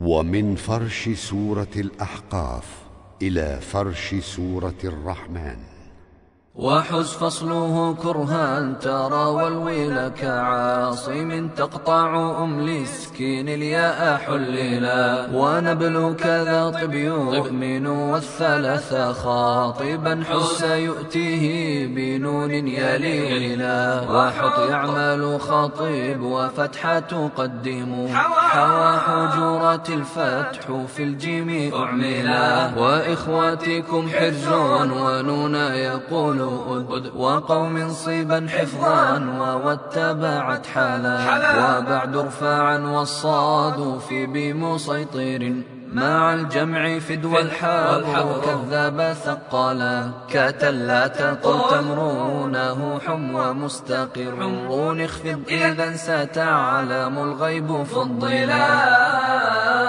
ومن فرش سورة الأحقاف إلى فرش سورة الرحمن. وحز فصله كرها ترى والويل كعاصم تقطع لسكين الياء حللا. ونبل كذا طب يؤمن والثلاث خاطبا حس يؤتيه بنون يليلا. وحط يعمل خاطب وفتحة تقدم حوى حجرات الفتح في الجيم أعملا. وإخواتكم حرز ونون يقول وقوم صيبا حفظا واتبعت حالا. وبعد ارفاعا والصاد في بمسيطر مع الجمع فدوى الحاب كذاب ثقالا. كتلا تقل تمرونه حمو مستقر حمرون اخفض إذا ستعلم الغيب فضلا.